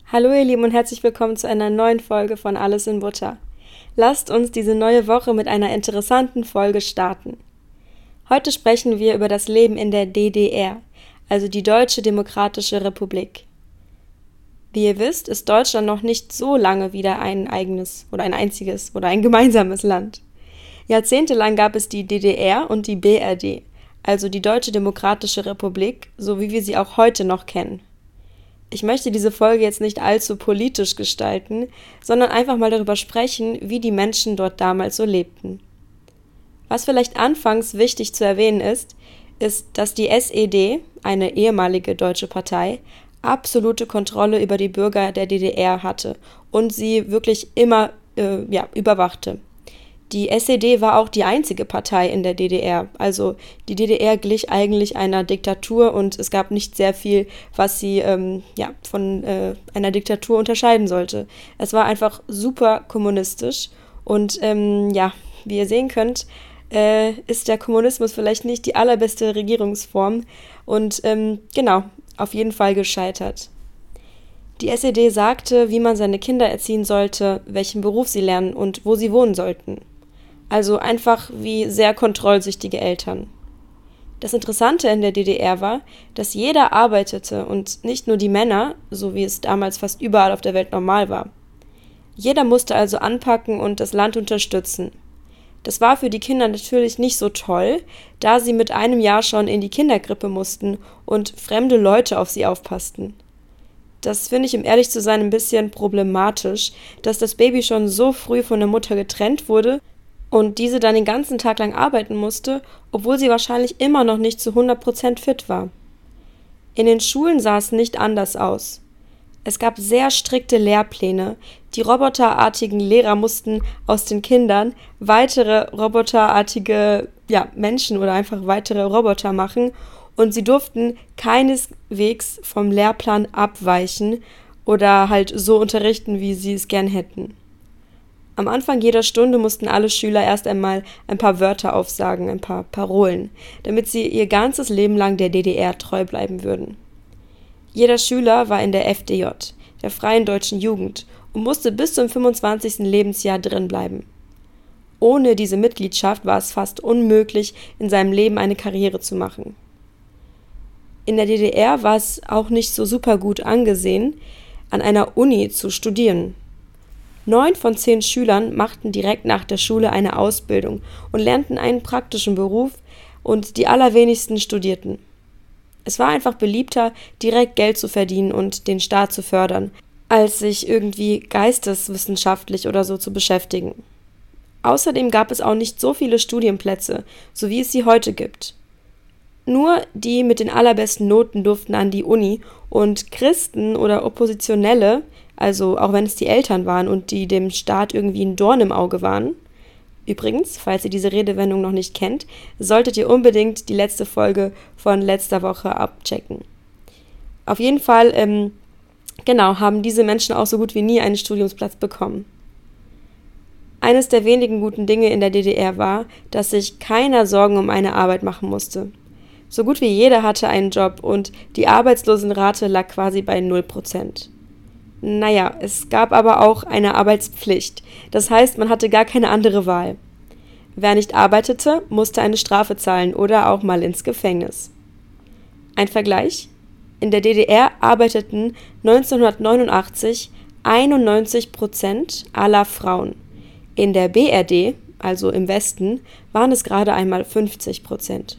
Hallo ihr Lieben und herzlich willkommen zu einer neuen Folge von Alles in Butter. Lasst uns diese neue Woche mit einer interessanten Folge starten. Heute sprechen wir über das Leben in der DDR, also die Deutsche Demokratische Republik. Wie ihr wisst, ist Deutschland noch nicht so lange wieder ein eigenes oder ein einziges oder ein gemeinsames Land. Jahrzehntelang gab es die DDR und die BRD, also die Deutsche Demokratische Republik, so wie wir sie auch heute noch kennen. Ich möchte diese Folge jetzt nicht allzu politisch gestalten, sondern einfach mal darüber sprechen, wie die Menschen dort damals so lebten. Was vielleicht anfangs wichtig zu erwähnen ist, dass die SED, eine ehemalige deutsche Partei, absolute Kontrolle über die Bürger der DDR hatte und sie wirklich immer überwachte. Die SED war auch die einzige Partei in der DDR, also die DDR glich eigentlich einer Diktatur und es gab nicht sehr viel, was sie von einer Diktatur unterscheiden sollte. Es war einfach super kommunistisch und wie ihr sehen könnt, ist der Kommunismus vielleicht nicht die allerbeste Regierungsform und auf jeden Fall gescheitert. Die SED sagte, wie man seine Kinder erziehen sollte, welchen Beruf sie lernen und wo sie wohnen sollten. Also einfach wie sehr kontrollsüchtige Eltern. Das Interessante in der DDR war, dass jeder arbeitete und nicht nur die Männer, so wie es damals fast überall auf der Welt normal war. Jeder musste also anpacken und das Land unterstützen. Das war für die Kinder natürlich nicht so toll, da sie mit einem Jahr schon in die Kinderkrippe mussten und fremde Leute auf sie aufpassten. Das finde ich, um ehrlich zu sein, ein bisschen problematisch, dass das Baby schon so früh von der Mutter getrennt wurde und diese dann den ganzen Tag lang arbeiten musste, obwohl sie wahrscheinlich immer noch nicht zu 100% fit war. In den Schulen sah es nicht anders aus. Es gab sehr strikte Lehrpläne. Die roboterartigen Lehrer mussten aus den Kindern weitere roboterartige Menschen oder einfach weitere Roboter machen und sie durften keineswegs vom Lehrplan abweichen oder halt so unterrichten, wie sie es gern hätten. Am Anfang jeder Stunde mussten alle Schüler erst einmal ein paar Wörter aufsagen, ein paar Parolen, damit sie ihr ganzes Leben lang der DDR treu bleiben würden. Jeder Schüler war in der FDJ, der Freien Deutschen Jugend, und musste bis zum 25. Lebensjahr drin bleiben. Ohne diese Mitgliedschaft war es fast unmöglich, in seinem Leben eine Karriere zu machen. In der DDR war es auch nicht so super gut angesehen, an einer Uni zu studieren. 9 von 10 Schülern machten direkt nach der Schule eine Ausbildung und lernten einen praktischen Beruf und die allerwenigsten studierten. Es war einfach beliebter, direkt Geld zu verdienen und den Staat zu fördern, als sich irgendwie geisteswissenschaftlich oder so zu beschäftigen. Außerdem gab es auch nicht so viele Studienplätze, so wie es sie heute gibt. Nur die mit den allerbesten Noten durften an die Uni und Christen oder Oppositionelle, also auch wenn es die Eltern waren und die dem Staat irgendwie ein Dorn im Auge waren. Übrigens, falls ihr diese Redewendung noch nicht kennt, solltet ihr unbedingt die letzte Folge von letzter Woche abchecken. Auf jeden Fall, haben diese Menschen auch so gut wie nie einen Studiumsplatz bekommen. Eines der wenigen guten Dinge in der DDR war, dass sich keiner Sorgen um eine Arbeit machen musste. So gut wie jeder hatte einen Job und die Arbeitslosenrate lag quasi bei 0%. Naja, es gab aber auch eine Arbeitspflicht. Das heißt, man hatte gar keine andere Wahl. Wer nicht arbeitete, musste eine Strafe zahlen oder auch mal ins Gefängnis. Ein Vergleich? In der DDR arbeiteten 1989 91% aller Frauen. In der BRD, also im Westen, waren es gerade einmal 50%.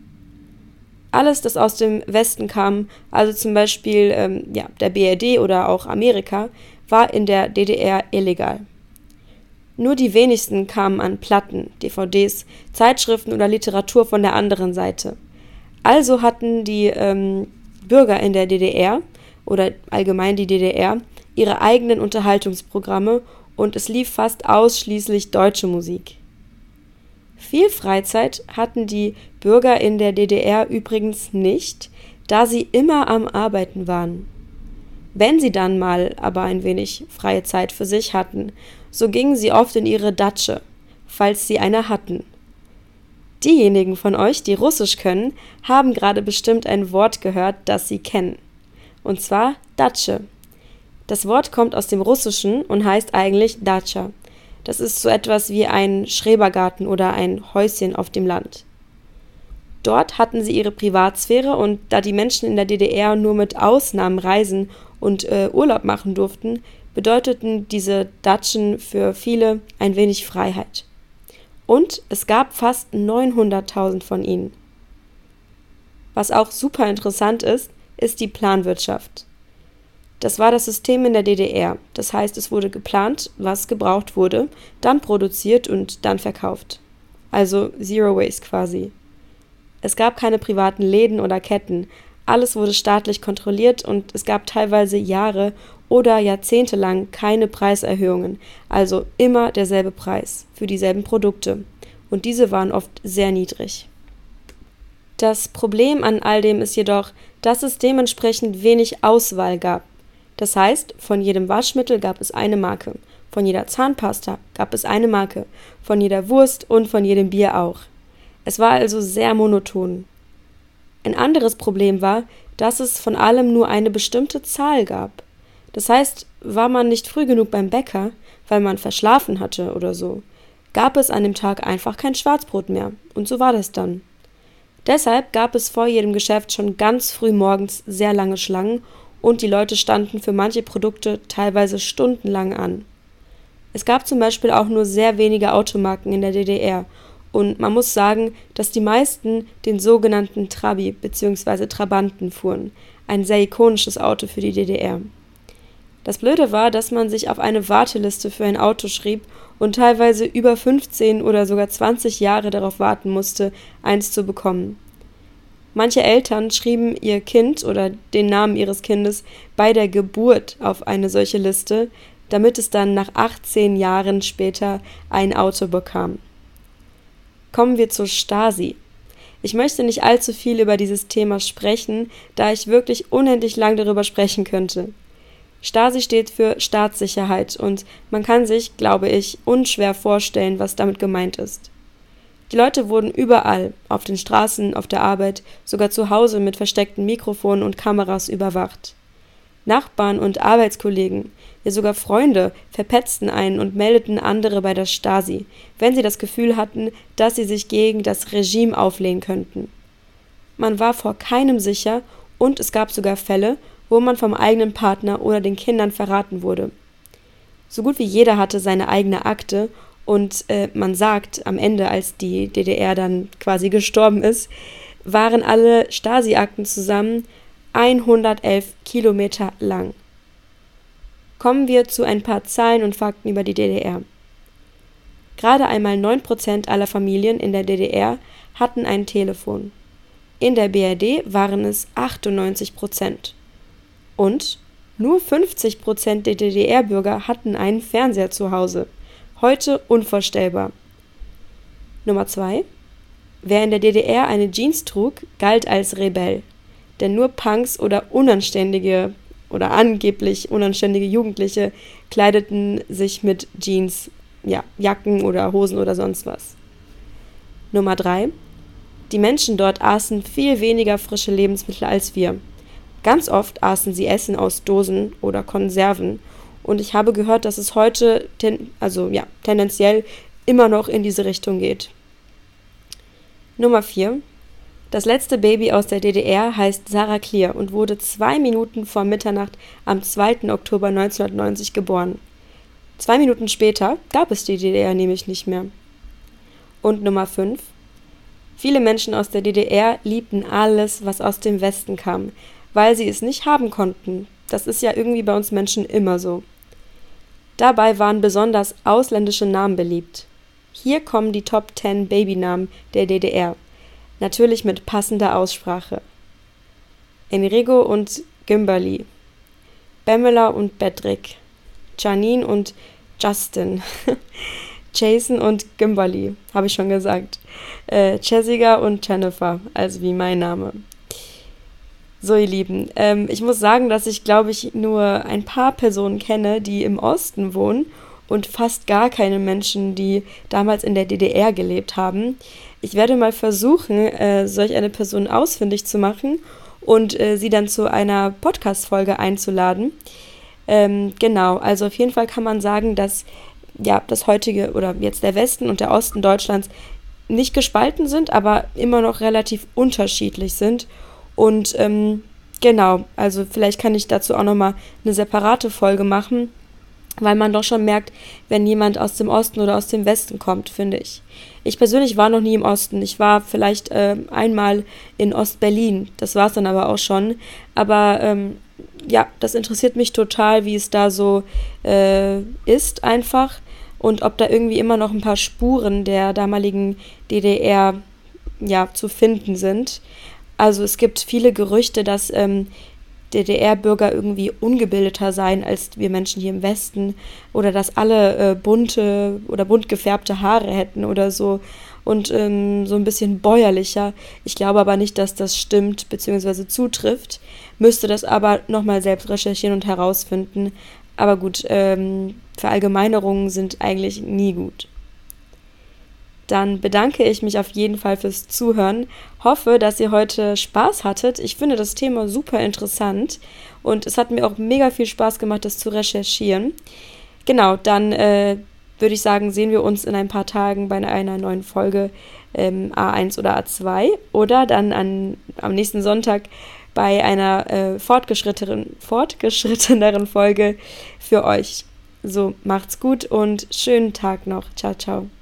Alles, das aus dem Westen kam, also zum Beispiel der BRD oder auch Amerika, war in der DDR illegal. Nur die wenigsten kamen an Platten, DVDs, Zeitschriften oder Literatur von der anderen Seite. Also hatten die Bürger in der DDR oder allgemein die DDR ihre eigenen Unterhaltungsprogramme und es lief fast ausschließlich deutsche Musik. Viel Freizeit hatten die Bürger in der DDR übrigens nicht, da sie immer am Arbeiten waren. Wenn sie dann mal aber ein wenig freie Zeit für sich hatten, so gingen sie oft in ihre Datsche, falls sie eine hatten. Diejenigen von euch, die Russisch können, haben gerade bestimmt ein Wort gehört, das sie kennen. Und zwar Datsche. Das Wort kommt aus dem Russischen und heißt eigentlich Dacha. Das ist so etwas wie ein Schrebergarten oder ein Häuschen auf dem Land. Dort hatten sie ihre Privatsphäre und da die Menschen in der DDR nur mit Ausnahmen reisen und Urlaub machen durften, bedeuteten diese Datschen für viele ein wenig Freiheit. Und es gab fast 900.000 von ihnen. Was auch super interessant ist, ist die Planwirtschaft. Das war das System in der DDR. Das heißt, es wurde geplant, was gebraucht wurde, dann produziert und dann verkauft. Also Zero Waste quasi. Es gab keine privaten Läden oder Ketten. Alles wurde staatlich kontrolliert und es gab teilweise Jahre oder Jahrzehnte lang keine Preiserhöhungen, also immer derselbe Preis für dieselben Produkte. Und diese waren oft sehr niedrig. Das Problem an all dem ist jedoch, dass es dementsprechend wenig Auswahl gab. Das heißt, von jedem Waschmittel gab es eine Marke, von jeder Zahnpasta gab es eine Marke, von jeder Wurst und von jedem Bier auch. Es war also sehr monoton. Ein anderes Problem war, dass es von allem nur eine bestimmte Zahl gab. Das heißt, war man nicht früh genug beim Bäcker, weil man verschlafen hatte oder so, gab es an dem Tag einfach kein Schwarzbrot mehr. Und so war das dann. Deshalb gab es vor jedem Geschäft schon ganz früh morgens sehr lange Schlangen und die Leute standen für manche Produkte teilweise stundenlang an. Es gab zum Beispiel auch nur sehr wenige Automarken in der DDR und man muss sagen, dass die meisten den sogenannten Trabi bzw. Trabanten fuhren, ein sehr ikonisches Auto für die DDR. Das Blöde war, dass man sich auf eine Warteliste für ein Auto schrieb und teilweise über 15 oder sogar 20 Jahre darauf warten musste, eins zu bekommen. Manche Eltern schrieben ihr Kind oder den Namen ihres Kindes bei der Geburt auf eine solche Liste, damit es dann nach 18 Jahren später ein Auto bekam. Kommen wir zur Stasi. Ich möchte nicht allzu viel über dieses Thema sprechen, da ich wirklich unendlich lang darüber sprechen könnte. Stasi steht für Staatssicherheit und man kann sich, glaube ich, unschwer vorstellen, was damit gemeint ist. Die Leute wurden überall, auf den Straßen, auf der Arbeit, sogar zu Hause mit versteckten Mikrofonen und Kameras überwacht. Nachbarn und Arbeitskollegen, ja sogar Freunde, verpetzten einen und meldeten andere bei der Stasi, wenn sie das Gefühl hatten, dass sie sich gegen das Regime auflehnen könnten. Man war vor keinem sicher und es gab sogar Fälle, wo man vom eigenen Partner oder den Kindern verraten wurde. So gut wie jeder hatte seine eigene Akte und man sagt, am Ende, als die DDR dann quasi gestorben ist, waren alle Stasi-Akten zusammen 111 Kilometer lang. Kommen wir zu ein paar Zahlen und Fakten über die DDR. Gerade einmal 9% aller Familien in der DDR hatten ein Telefon. In der BRD waren es 98%. Und nur 50% der DDR-Bürger hatten einen Fernseher zu Hause. Heute unvorstellbar. Nummer 2. Wer in der DDR eine Jeans trug, galt als Rebell. Denn nur Punks oder unanständige oder angeblich unanständige Jugendliche kleideten sich mit Jeans, Jacken oder Hosen oder sonst was. Nummer 3. Die Menschen dort aßen viel weniger frische Lebensmittel als wir. Ganz oft aßen sie Essen aus Dosen oder Konserven und ich habe gehört, dass es heute tendenziell immer noch in diese Richtung geht. Nummer 4. Das letzte Baby aus der DDR heißt Sarah Clear und wurde 2 Minuten vor Mitternacht am 2. Oktober 1990 geboren. 2 Minuten später gab es die DDR nämlich nicht mehr. Und Nummer 5. Viele Menschen aus der DDR liebten alles, was aus dem Westen kam, weil sie es nicht haben konnten. Das ist ja irgendwie bei uns Menschen immer so. Dabei waren besonders ausländische Namen beliebt. Hier kommen die Top 10 Babynamen der DDR. Natürlich mit passender Aussprache. Enrico und Kimberly. Pamela und Patrick. Janine und Justin. Jason und Kimberly, habe ich schon gesagt. Jessica und Jennifer, also wie mein Name. So, ihr Lieben, ich muss sagen, dass ich, glaube ich, nur ein paar Personen kenne, die im Osten wohnen und fast gar keine Menschen, die damals in der DDR gelebt haben. Ich werde mal versuchen, solch eine Person ausfindig zu machen und sie dann zu einer Podcast-Folge einzuladen. Genau, also auf jeden Fall kann man sagen, dass ja das heutige oder jetzt der Westen und der Osten Deutschlands nicht gespalten sind, aber immer noch relativ unterschiedlich sind. Und genau, also vielleicht kann ich dazu auch nochmal eine separate Folge machen, weil man doch schon merkt, wenn jemand aus dem Osten oder aus dem Westen kommt, finde ich. Ich persönlich war noch nie im Osten. Ich war vielleicht einmal in Ostberlin. Das war es dann aber auch schon. Aber ja, das interessiert mich total, wie es da so ist einfach und ob da irgendwie immer noch ein paar Spuren der damaligen DDR ja, zu finden sind. Also es gibt viele Gerüchte, dass DDR-Bürger irgendwie ungebildeter seien als wir Menschen hier im Westen oder dass alle bunte oder bunt gefärbte Haare hätten oder so und so ein bisschen bäuerlicher. Ich glaube aber nicht, dass das stimmt bzw. zutrifft, müsste das aber nochmal selbst recherchieren und herausfinden. Aber gut, Verallgemeinerungen sind eigentlich nie gut. Dann bedanke ich mich auf jeden Fall fürs Zuhören. Hoffe, dass ihr heute Spaß hattet. Ich finde das Thema super interessant und es hat mir auch mega viel Spaß gemacht, das zu recherchieren. Genau, dann würde ich sagen, sehen wir uns in ein paar Tagen bei einer neuen Folge A1 oder A2 oder dann am nächsten Sonntag bei einer fortgeschritteneren Folge für euch. So, macht's gut und schönen Tag noch. Ciao, ciao.